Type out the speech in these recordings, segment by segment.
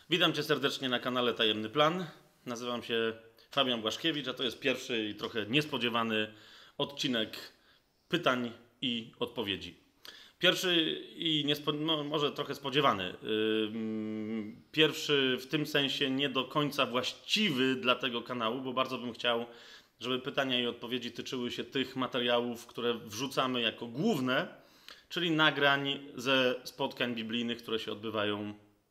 Witam Cię serdecznie na kanale Tajemny Plan. Nazywam się Fabian Błaszkiewicz, a to jest pierwszy i trochę niespodziewany odcinek pytań i odpowiedzi. Pierwszy i może trochę spodziewany. Pierwszy w tym sensie nie do końca właściwy dla tego kanału, bo bardzo bym chciał, żeby pytania i odpowiedzi tyczyły się tych materiałów, które wrzucamy jako główne, czyli nagrań ze spotkań biblijnych, które się odbywają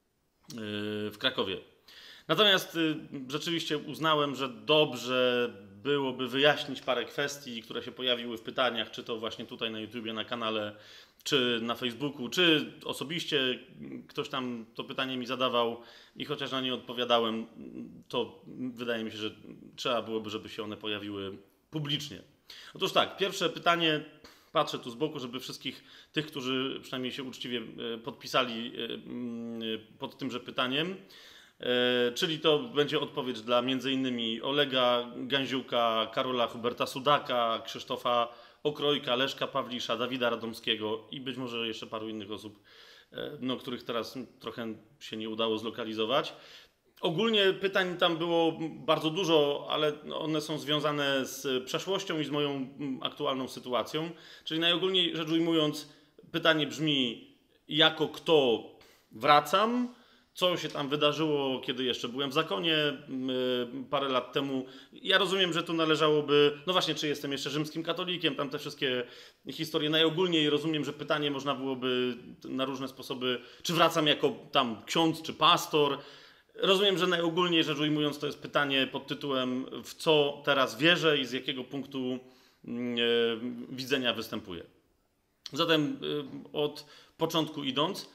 w Krakowie. Natomiast rzeczywiście uznałem, że dobrze byłoby wyjaśnić parę kwestii, które się pojawiły w pytaniach, czy to właśnie tutaj na YouTubie, na kanale, czy na Facebooku, czy osobiście ktoś tam to pytanie mi zadawał i chociaż na nie odpowiadałem, to wydaje mi się, że trzeba byłoby, żeby się one pojawiły publicznie. Otóż tak, pierwsze pytanie, patrzę tu z boku, żeby wszystkich tych, którzy przynajmniej się uczciwie podpisali pod tymże pytaniem, czyli to będzie odpowiedź dla m.in. Olega Gęziuka, Karola Huberta Sudaka, Krzysztofa Okrojka, Leszka Pawlisza, Dawida Radomskiego i być może jeszcze paru innych osób, których teraz trochę się nie udało zlokalizować. Ogólnie pytań tam było bardzo dużo, ale one są związane z przeszłością i z moją aktualną sytuacją. Czyli najogólniej rzecz ujmując, pytanie brzmi, jako kto wracam, co się tam wydarzyło, kiedy jeszcze byłem w zakonie parę lat temu. Ja rozumiem, że tu należałoby, no właśnie, czy jestem jeszcze rzymskim katolikiem, tam te wszystkie historie. Najogólniej rozumiem, że pytanie można byłoby na różne sposoby, czy wracam jako tam ksiądz, czy pastor. Rozumiem, że najogólniej rzecz ujmując to jest pytanie pod tytułem w co teraz wierzę i z jakiego punktu widzenia występuję. Zatem od początku idąc,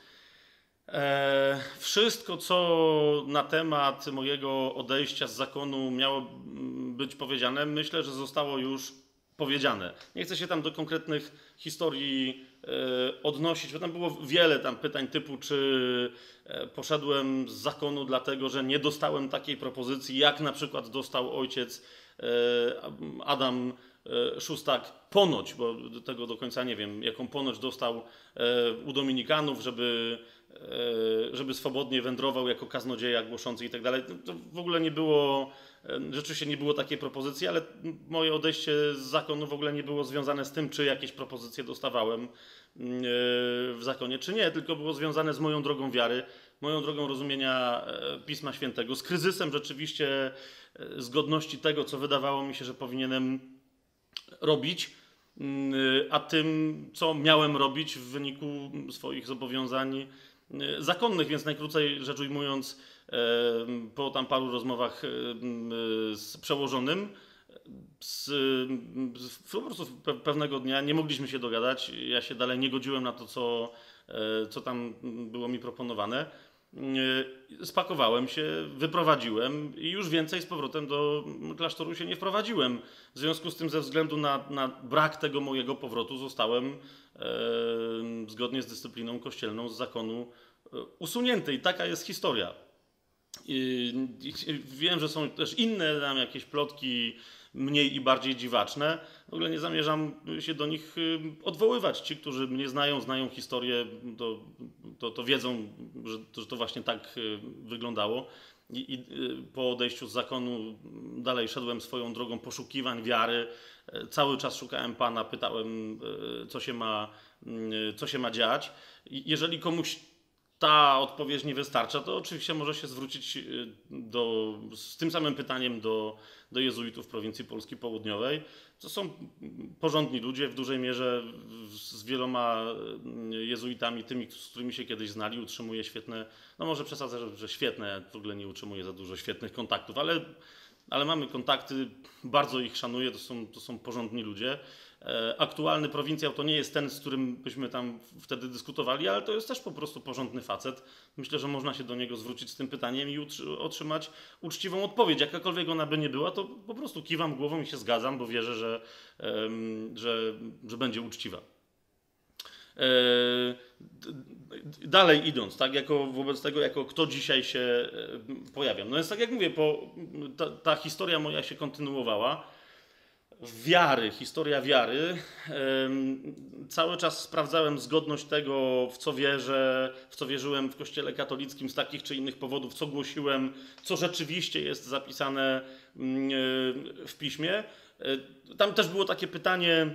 wszystko co na temat mojego odejścia z zakonu miało być powiedziane, myślę, że zostało już powiedziane. Nie chcę się tam do konkretnych historii odnosić, bo tam było wiele tam pytań typu, czy poszedłem z zakonu dlatego, że nie dostałem takiej propozycji, jak na przykład dostał ojciec Adam Szustak ponoć, bo tego do końca nie wiem, jaką ponoć dostał u dominikanów, żeby swobodnie wędrował jako kaznodzieja głoszący i tak dalej. To w ogóle nie było, rzeczywiście nie było takiej propozycji, ale moje odejście z zakonu w ogóle nie było związane z tym, czy jakieś propozycje dostawałem w zakonie, czy nie, tylko było związane z moją drogą wiary, moją drogą rozumienia Pisma Świętego, z kryzysem rzeczywiście zgodności tego, co wydawało mi się, że powinienem robić, a tym, co miałem robić w wyniku swoich zobowiązań zakonnych, więc najkrócej rzecz ujmując, po tam paru rozmowach z przełożonym, po prostu pewnego dnia nie mogliśmy się dogadać. Ja się dalej nie godziłem na to, co tam było mi proponowane. Spakowałem się, wyprowadziłem i już więcej z powrotem do klasztoru się nie wprowadziłem. W związku z tym, ze względu na brak tego mojego powrotu, zostałem zgodnie z dyscypliną kościelną z zakonu usunięty. I taka jest historia. Wiem, że są też inne tam jakieś plotki mniej i bardziej dziwaczne. W ogóle nie zamierzam się do nich odwoływać. Ci, którzy mnie znają historię, to wiedzą, że to właśnie tak wyglądało. I po odejściu z zakonu dalej szedłem swoją drogą poszukiwań wiary. Cały czas szukałem Pana, pytałem, co się ma dziać. Jeżeli komuś ta odpowiedź nie wystarcza, to oczywiście może się zwrócić z tym samym pytaniem do jezuitów prowincji Polski Południowej. To są porządni ludzie, w dużej mierze z wieloma jezuitami, tymi, z którymi się kiedyś znali, utrzymuje świetne, no może przesadzę, że świetne, ja w ogóle nie utrzymuję za dużo świetnych kontaktów, ale mamy kontakty, bardzo ich szanuję, to są porządni ludzie. Aktualny prowincjał to nie jest ten, z którym byśmy tam wtedy dyskutowali, ale to jest też po prostu porządny facet. Myślę, że można się do niego zwrócić z tym pytaniem i otrzymać uczciwą odpowiedź. Jakakolwiek ona by nie była, to po prostu kiwam głową i się zgadzam, bo wierzę, że będzie uczciwa. Dalej idąc, tak, wobec tego, jako kto dzisiaj się pojawiam. No więc tak jak mówię, ta historia moja się kontynuowała. wiary, historia wiary. Cały czas sprawdzałem zgodność tego, w co wierzę, w co wierzyłem w Kościele katolickim z takich czy innych powodów, co głosiłem, co rzeczywiście jest zapisane w Piśmie. Tam też było takie pytanie,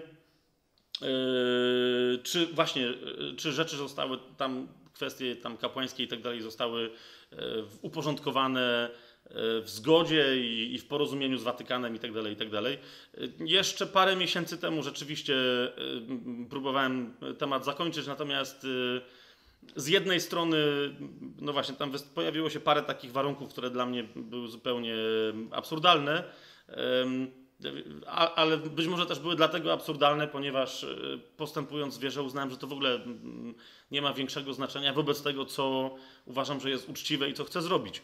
czy właśnie, czy rzeczy zostały tam, kwestie tam kapłańskie i tak dalej zostały uporządkowane w zgodzie i w porozumieniu z Watykanem i tak dalej, i tak dalej. Jeszcze parę miesięcy temu rzeczywiście próbowałem temat zakończyć, natomiast z jednej strony, no właśnie, tam pojawiło się parę takich warunków, które dla mnie były zupełnie absurdalne, ale być może też były dlatego absurdalne, ponieważ postępując w wierze uznałem, że to w ogóle nie ma większego znaczenia wobec tego, co uważam, że jest uczciwe i co chcę zrobić.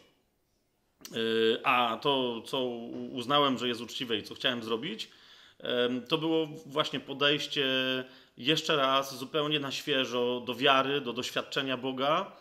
A to, co uznałem, że jest uczciwe i co chciałem zrobić, to było właśnie podejście jeszcze raz zupełnie na świeżo do wiary, do doświadczenia Boga,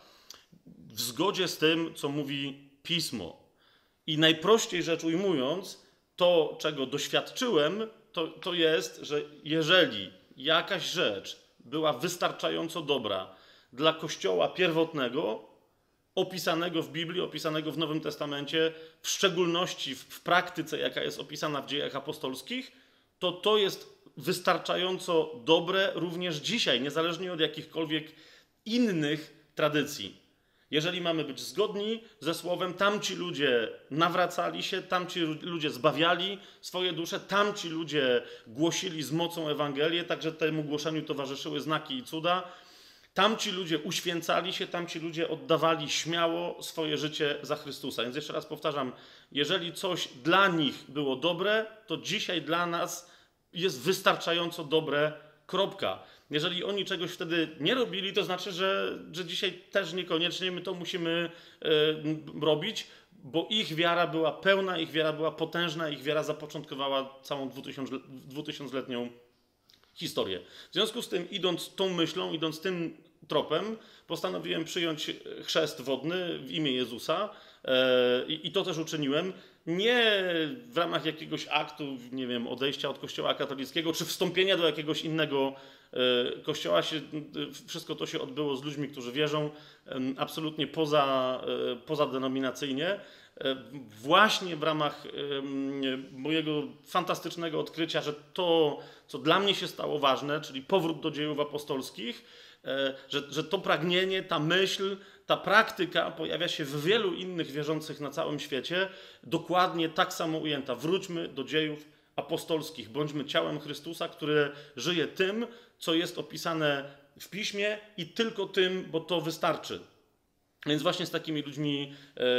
w zgodzie z tym, co mówi Pismo. I najprościej rzecz ujmując, to, czego doświadczyłem, to jest, że jeżeli jakaś rzecz była wystarczająco dobra dla Kościoła pierwotnego, opisanego w Biblii, opisanego w Nowym Testamencie, w szczególności w praktyce, jaka jest opisana w Dziejach Apostolskich, to jest wystarczająco dobre również dzisiaj, niezależnie od jakichkolwiek innych tradycji. Jeżeli mamy być zgodni ze Słowem, tamci ludzie nawracali się, tamci ludzie zbawiali swoje dusze, tamci ludzie głosili z mocą Ewangelię, także temu głoszeniu towarzyszyły znaki i cuda. Tamci ludzie uświęcali się, tamci ludzie oddawali śmiało swoje życie za Chrystusa. Więc jeszcze raz powtarzam, jeżeli coś dla nich było dobre, to dzisiaj dla nas jest wystarczająco dobre, kropka. Jeżeli oni czegoś wtedy nie robili, to znaczy, że dzisiaj też niekoniecznie my to musimy robić, bo ich wiara była pełna, ich wiara była potężna, ich wiara zapoczątkowała całą 2000-letnią historię. W związku z tym, idąc tą myślą, idąc tym tropem, postanowiłem przyjąć chrzest wodny w imię Jezusa i to też uczyniłem. Nie w ramach jakiegoś aktu, nie wiem, odejścia od Kościoła katolickiego, czy wstąpienia do jakiegoś innego kościoła. Wszystko to się odbyło z ludźmi, którzy wierzą, absolutnie pozadenominacyjnie. Właśnie w ramach mojego fantastycznego odkrycia, że to, co dla mnie się stało ważne, czyli powrót do dziejów apostolskich, że to pragnienie, ta myśl, ta praktyka pojawia się w wielu innych wierzących na całym świecie, dokładnie tak samo ujęta. Wróćmy do dziejów apostolskich, bądźmy ciałem Chrystusa, które żyje tym, co jest opisane w Piśmie i tylko tym, bo to wystarczy. Więc właśnie z takimi ludźmi,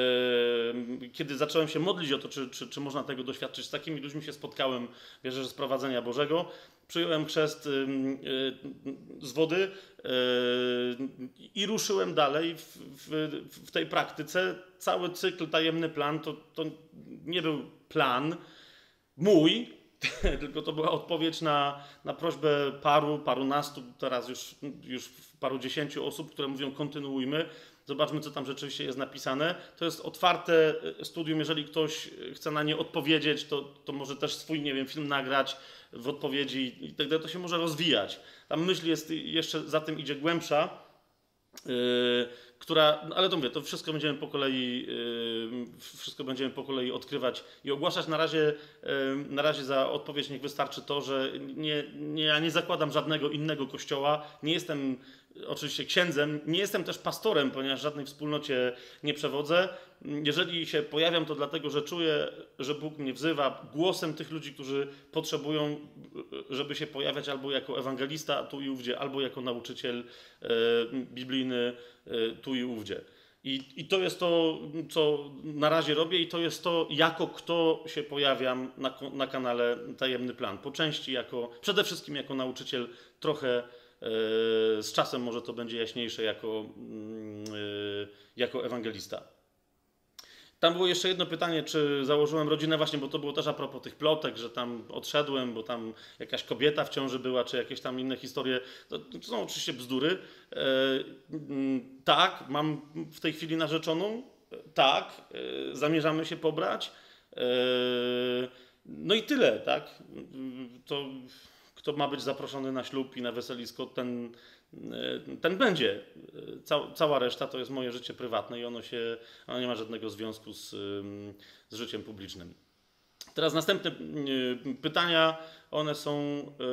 kiedy zacząłem się modlić o to, czy można tego doświadczyć, z takimi ludźmi się spotkałem, wierzę, że z prowadzenia Bożego. Przyjąłem chrzest z wody i ruszyłem dalej w tej praktyce. Cały cykl, tajemny plan, to nie był plan mój, tylko to była odpowiedź na prośbę parunastu, teraz już parudziesięciu osób, które mówią kontynuujmy. Zobaczmy, co tam rzeczywiście jest napisane. To jest otwarte studium, jeżeli ktoś chce na nie odpowiedzieć, to może też swój, nie wiem, film nagrać w odpowiedzi i tak dalej. To się może rozwijać. Tam myśl jest jeszcze, za tym idzie głębsza, która, ale to mówię, to wszystko będziemy po kolei odkrywać i ogłaszać. Na razie za odpowiedź niech wystarczy to, że ja nie zakładam żadnego innego kościoła, nie jestem oczywiście księdzem, nie jestem też pastorem, ponieważ w żadnej wspólnocie nie przewodzę. Jeżeli się pojawiam, to dlatego, że czuję, że Bóg mnie wzywa głosem tych ludzi, którzy potrzebują, żeby się pojawiać albo jako ewangelista tu i ówdzie, albo jako nauczyciel biblijny tu i ówdzie. I to jest to, co na razie robię i to jest to, jako kto się pojawiam na kanale Tajemny Plan. Po części przede wszystkim jako nauczyciel, trochę z czasem może to będzie jaśniejsze jako ewangelista. Tam było jeszcze jedno pytanie, czy założyłem rodzinę, właśnie, bo to było też a propos tych plotek, że tam odszedłem, bo tam jakaś kobieta w ciąży była, czy jakieś tam inne historie. To są oczywiście bzdury. Tak, mam w tej chwili narzeczoną. Tak, zamierzamy się pobrać. No i tyle, tak? To kto ma być zaproszony na ślub i na weselisko, ten będzie. Cała reszta to jest moje życie prywatne i ono nie ma żadnego związku z życiem publicznym. Teraz następne pytania, one są,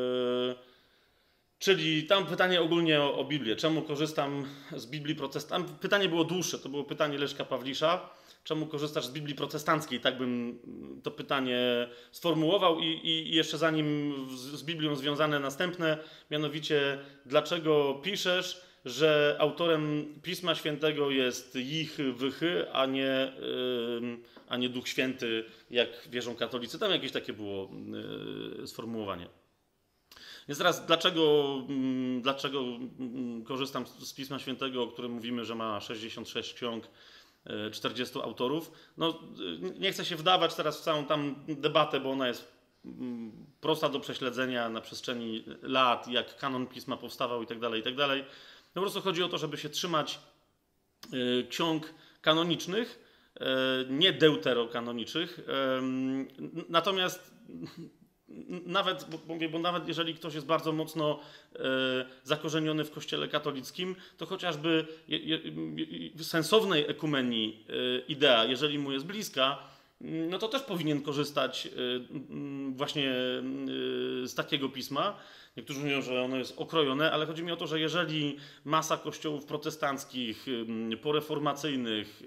czyli tam pytanie ogólnie o Biblię. Czemu korzystam z Biblii protestanckiej? Pytanie było dłuższe, to było pytanie Leszka Pawlisza. Czemu korzystasz z Biblii protestanckiej? Tak bym to pytanie sformułował i jeszcze zanim z Biblią związane następne, mianowicie dlaczego piszesz, że autorem Pisma Świętego jest Jih-Wychy, a nie Duch Święty, jak wierzą katolicy. Tam jakieś takie było sformułowanie. Więc teraz dlaczego korzystam z Pisma Świętego, o którym mówimy, że ma 66 ksiąg, 40 autorów. No, nie chcę się wdawać teraz w całą tam debatę, bo ona jest prosta do prześledzenia na przestrzeni lat, jak kanon Pisma powstawał i tak dalej, i tak dalej. No, po prostu chodzi o to, żeby się trzymać ksiąg kanonicznych, nie deuterokanonicznych. Natomiast bo nawet jeżeli ktoś jest bardzo mocno zakorzeniony w Kościele katolickim, to chociażby sensownej ekumenii idea, jeżeli mu jest bliska, no to też powinien korzystać właśnie z takiego pisma. Niektórzy mówią, że ono jest okrojone, ale chodzi mi o to, że jeżeli masa kościołów protestanckich, poreformacyjnych,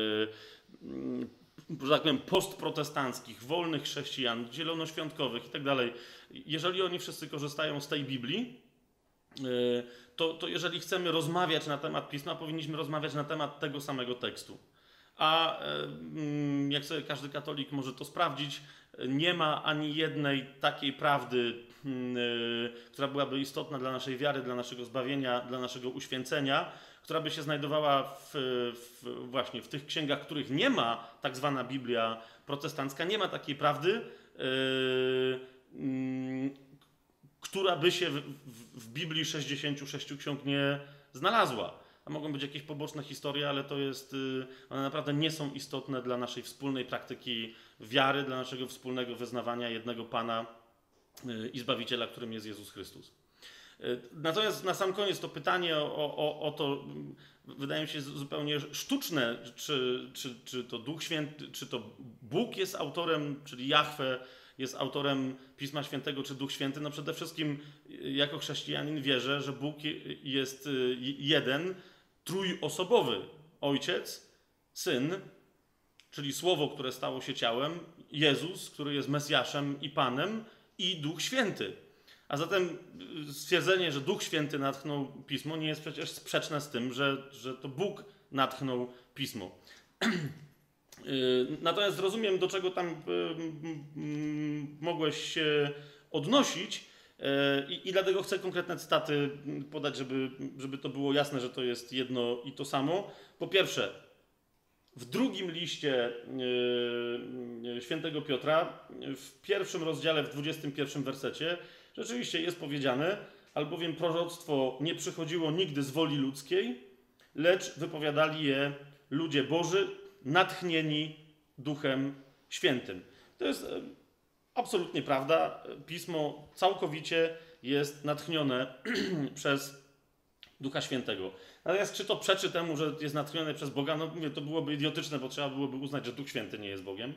że tak powiem, postprotestanckich, wolnych chrześcijan, zielonoświątkowych i tak dalej, jeżeli oni wszyscy korzystają z tej Biblii, to jeżeli chcemy rozmawiać na temat Pisma, powinniśmy rozmawiać na temat tego samego tekstu. A jak sobie każdy katolik może to sprawdzić, nie ma ani jednej takiej prawdy, która byłaby istotna dla naszej wiary, dla naszego zbawienia, dla naszego uświęcenia, która by się znajdowała właśnie w tych księgach, których nie ma tak zwana Biblia protestancka, nie ma takiej prawdy, która by się w Biblii 66 ksiąg nie znalazła. A mogą być jakieś poboczne historie, ale one naprawdę nie są istotne dla naszej wspólnej praktyki wiary, dla naszego wspólnego wyznawania jednego Pana i Zbawiciela, którym jest Jezus Chrystus. Natomiast na sam koniec to pytanie o to, wydaje mi się zupełnie sztuczne, czy to Duch Święty, czy to Bóg jest autorem, czyli Jahwe jest autorem Pisma Świętego, czy Duch Święty. No przede wszystkim jako chrześcijanin wierzę, że Bóg jest jeden, trójosobowy. Ojciec, Syn, czyli Słowo, które stało się ciałem, Jezus, który jest Mesjaszem i Panem, i Duch Święty. A zatem stwierdzenie, że Duch Święty natchnął Pismo, nie jest przecież sprzeczne z tym, że to Bóg natchnął Pismo. Natomiast rozumiem, do czego tam mogłeś się odnosić i dlatego chcę konkretne cytaty podać, żeby to było jasne, że to jest jedno i to samo. Po pierwsze, w drugim liście świętego Piotra, w pierwszym rozdziale, w 21 wersecie, rzeczywiście jest powiedziane, albowiem proroctwo nie przychodziło nigdy z woli ludzkiej, lecz wypowiadali je ludzie Boży, natchnieni Duchem Świętym. To jest absolutnie prawda. Pismo całkowicie jest natchnione przez Ducha Świętego. Natomiast czy to przeczy temu, że jest natchnione przez Boga? No mówię, to byłoby idiotyczne, bo trzeba byłoby uznać, że Duch Święty nie jest Bogiem,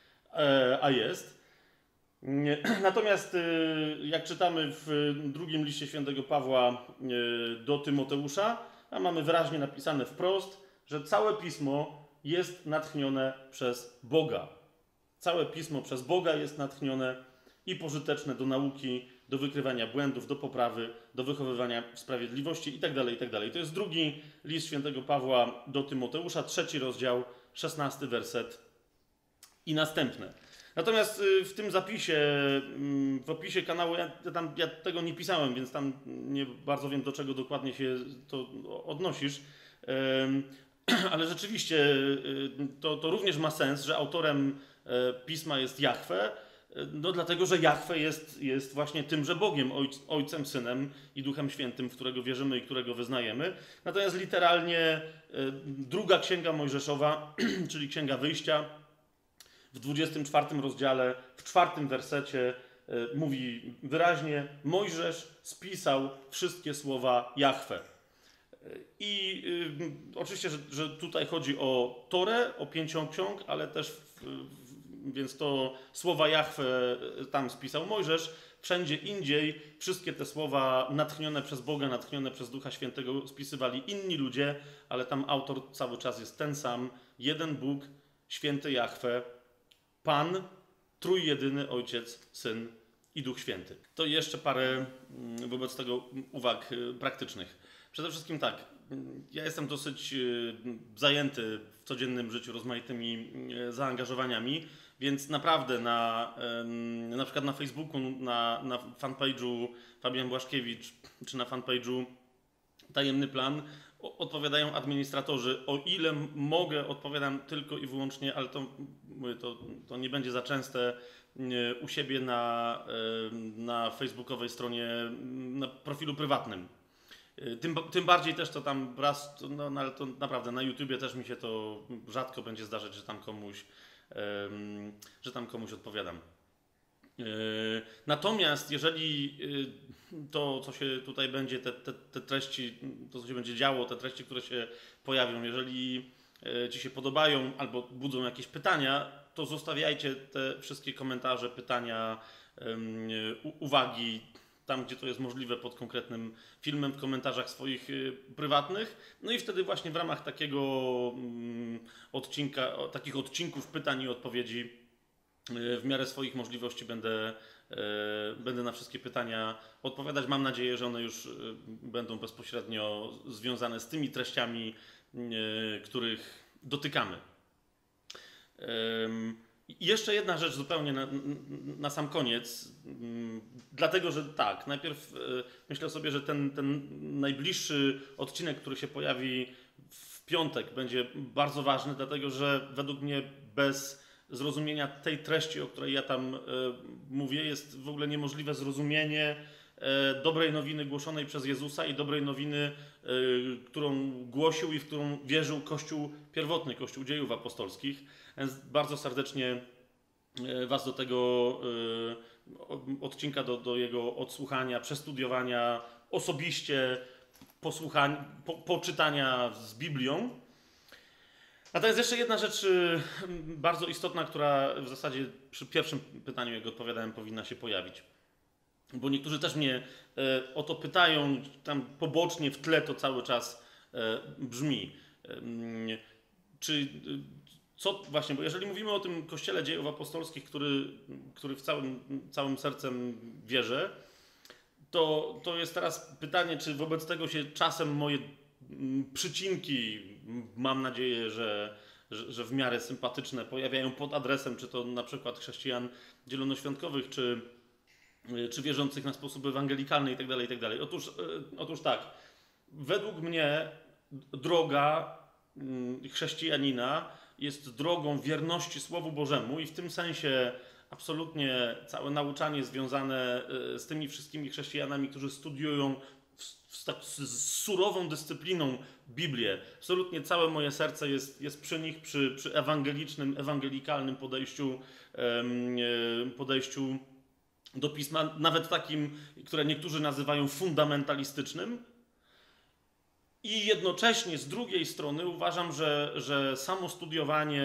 a jest. Natomiast jak czytamy w drugim liście świętego Pawła do Tymoteusza, a mamy wyraźnie napisane wprost, że całe Pismo jest natchnione przez Boga. Całe Pismo przez Boga jest natchnione i pożyteczne do nauki, do wykrywania błędów, do poprawy, do wychowywania w sprawiedliwości itd., itd. To jest drugi list świętego Pawła do Tymoteusza, 3 rozdział, 16 werset i następne. Natomiast w tym zapisie, w opisie kanału, ja tego nie pisałem, więc tam nie bardzo wiem, do czego dokładnie się to odnosisz, ale rzeczywiście to również ma sens, że autorem Pisma jest Jahwe, no dlatego, że Jahwe jest właśnie tymże Bogiem, Ojcem, Synem i Duchem Świętym, w którego wierzymy i którego wyznajemy. Natomiast literalnie druga Księga Mojżeszowa, czyli Księga Wyjścia, w 24 rozdziale, w 4 wersecie mówi wyraźnie: Mojżesz spisał wszystkie słowa Jahwe. I oczywiście, że tutaj chodzi o Torę, o pięcioksiąg, ale też, więc to słowa Jahwe tam spisał Mojżesz. Wszędzie indziej wszystkie te słowa natchnione przez Boga, natchnione przez Ducha Świętego spisywali inni ludzie, ale tam autor cały czas jest ten sam. Jeden Bóg, święty Jahwe, Pan, trójjedyny Ojciec, Syn i Duch Święty. To jeszcze parę wobec tego uwag praktycznych. Przede wszystkim tak, ja jestem dosyć zajęty w codziennym życiu rozmaitymi zaangażowaniami, więc naprawdę na przykład na Facebooku, na fanpage'u Fabian Błaszkiewicz, czy na fanpage'u Tajemny Plan odpowiadają administratorzy. O ile mogę, odpowiadam tylko i wyłącznie, ale to nie będzie za częste, u siebie na facebookowej stronie, na profilu prywatnym. Tym bardziej też to tam raz, no ale to naprawdę na YouTubie też mi się to rzadko będzie zdarzać, że tam komuś odpowiadam. Natomiast jeżeli to, co się tutaj będzie, te treści, to co się będzie działo, te treści, które się pojawią, jeżeli Ci się podobają albo budzą jakieś pytania, to zostawiajcie te wszystkie komentarze, pytania, uwagi tam, gdzie to jest możliwe, pod konkretnym filmem, w komentarzach swoich prywatnych. No i wtedy właśnie w ramach takiego odcinka, takich odcinków pytań i odpowiedzi w miarę swoich możliwości będę na wszystkie pytania odpowiadać. Mam nadzieję, że one już będą bezpośrednio związane z tymi treściami, których dotykamy. I jeszcze jedna rzecz zupełnie na sam koniec, dlatego że tak, najpierw myślę sobie, że ten najbliższy odcinek, który się pojawi w piątek, będzie bardzo ważny, dlatego że według mnie bez zrozumienia tej treści, o której ja tam mówię, jest w ogóle niemożliwe zrozumienie dobrej nowiny głoszonej przez Jezusa i dobrej nowiny, którą głosił i w którą wierzył Kościół pierwotny, Kościół dziejów apostolskich. Więc bardzo serdecznie Was do tego odcinka, do jego odsłuchania, przestudiowania, osobiście poczytania z Biblią. Natomiast jeszcze jedna rzecz bardzo istotna, która w zasadzie przy pierwszym pytaniu, jak odpowiadałem, powinna się pojawić. Bo niektórzy też mnie o to pytają, tam pobocznie w tle to cały czas brzmi. Co właśnie, bo jeżeli mówimy o tym Kościele dziejów apostolskich, który w całym sercem wierzę, to jest teraz pytanie, czy wobec tego się czasem moje przycinki, mam nadzieję, że w miarę sympatyczne, pojawiają pod adresem, czy to na przykład chrześcijan zielonoświątkowych, czy wierzących na sposób ewangelikalny itd., itd. Otóż tak, według mnie droga chrześcijanina jest drogą wierności Słowu Bożemu i w tym sensie absolutnie całe nauczanie związane z tymi wszystkimi chrześcijanami, którzy studiują z surową dyscypliną Biblię. Absolutnie całe moje serce jest przy nich, przy ewangelicznym, ewangelikalnym podejściu do Pisma, nawet takim, które niektórzy nazywają fundamentalistycznym. I jednocześnie z drugiej strony uważam, że samo studiowanie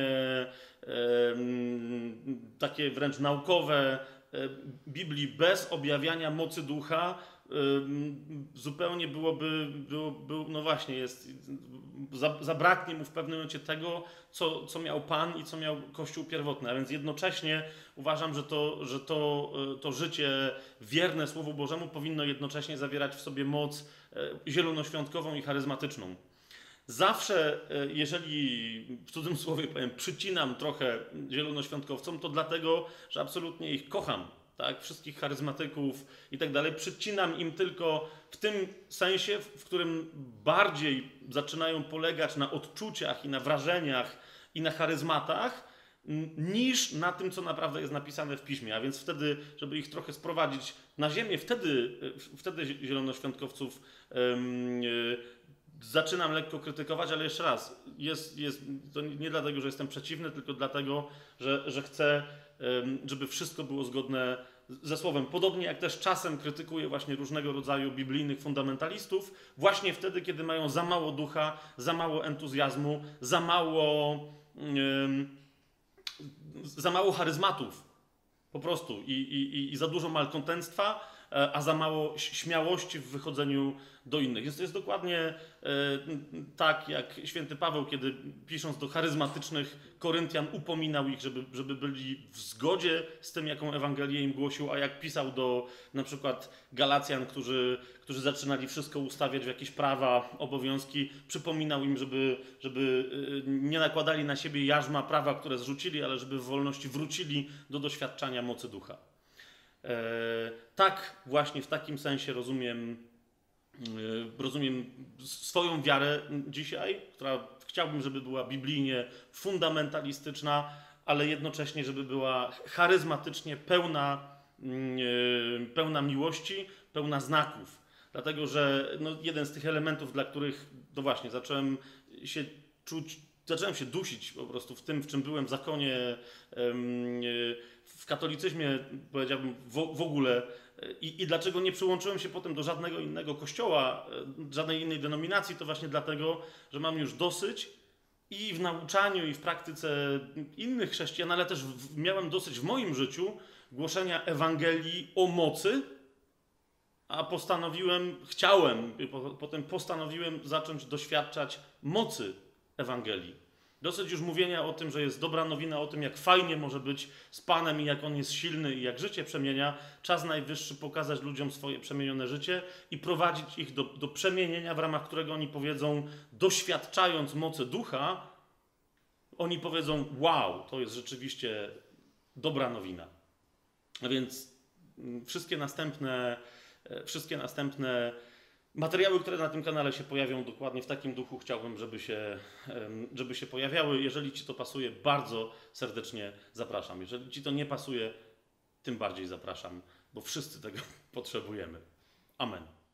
takie wręcz naukowe Biblii bez objawiania mocy ducha zupełnie no właśnie, zabraknie mu w pewnym momencie tego, co miał Pan i co miał Kościół pierwotny. A więc jednocześnie uważam, że to życie wierne Słowu Bożemu powinno jednocześnie zawierać w sobie moc zielonoświątkową i charyzmatyczną. Zawsze, jeżeli w cudzysłowie powiem, przycinam trochę zielonoświątkowcom, to dlatego, że absolutnie ich kocham. Tak? Wszystkich charyzmatyków i tak dalej. Przycinam im tylko w tym sensie, w którym bardziej zaczynają polegać na odczuciach i na wrażeniach i na charyzmatach, niż na tym, co naprawdę jest napisane w Piśmie. A więc wtedy, żeby ich trochę sprowadzić na ziemię, wtedy zielonoświątkowców zaczynam lekko krytykować, ale jeszcze raz, to nie dlatego, że jestem przeciwny, tylko dlatego, że chcę, żeby wszystko było zgodne ze słowem. Podobnie jak też czasem krytykuję właśnie różnego rodzaju biblijnych fundamentalistów, właśnie wtedy, kiedy mają za mało ducha, za mało entuzjazmu, za mało charyzmatów po prostu i za dużo malkontenstwa, a za mało śmiałości w wychodzeniu do innych. To jest dokładnie tak, jak święty Paweł, kiedy pisząc do charyzmatycznych Koryntian, upominał ich, żeby byli w zgodzie z tym, jaką Ewangelię im głosił, a jak pisał do na przykład Galacjan, którzy zaczynali wszystko ustawiać w jakieś prawa, obowiązki, przypominał im, żeby nie nakładali na siebie jarzma prawa, które zrzucili, ale żeby w wolności wrócili do doświadczania mocy ducha. Tak właśnie w takim sensie rozumiem swoją wiarę dzisiaj, która chciałbym, żeby była biblijnie fundamentalistyczna, ale jednocześnie, żeby była charyzmatycznie pełna miłości, pełna znaków. Dlatego, że jeden z tych elementów, dla których właśnie zacząłem się dusić po prostu w tym, w czym byłem w zakonie, w katolicyzmie, powiedziałbym, w ogóle i dlaczego nie przyłączyłem się potem do żadnego innego kościoła, żadnej innej denominacji, to właśnie dlatego, że mam już dosyć i w nauczaniu, i w praktyce innych chrześcijan, ale też miałem dosyć w moim życiu głoszenia Ewangelii o mocy, a potem postanowiłem zacząć doświadczać mocy Ewangelii. Dosyć już mówienia o tym, że jest dobra nowina, o tym, jak fajnie może być z Panem i jak On jest silny i jak życie przemienia. Czas najwyższy pokazać ludziom swoje przemienione życie i prowadzić ich do przemienienia, w ramach którego oni powiedzą, doświadczając mocy ducha, oni powiedzą, wow, to jest rzeczywiście dobra nowina. A więc wszystkie następne materiały, które na tym kanale się pojawią, dokładnie w takim duchu chciałbym, żeby się pojawiały. Jeżeli Ci to pasuje, bardzo serdecznie zapraszam. Jeżeli Ci to nie pasuje, tym bardziej zapraszam, bo wszyscy tego potrzebujemy. Amen.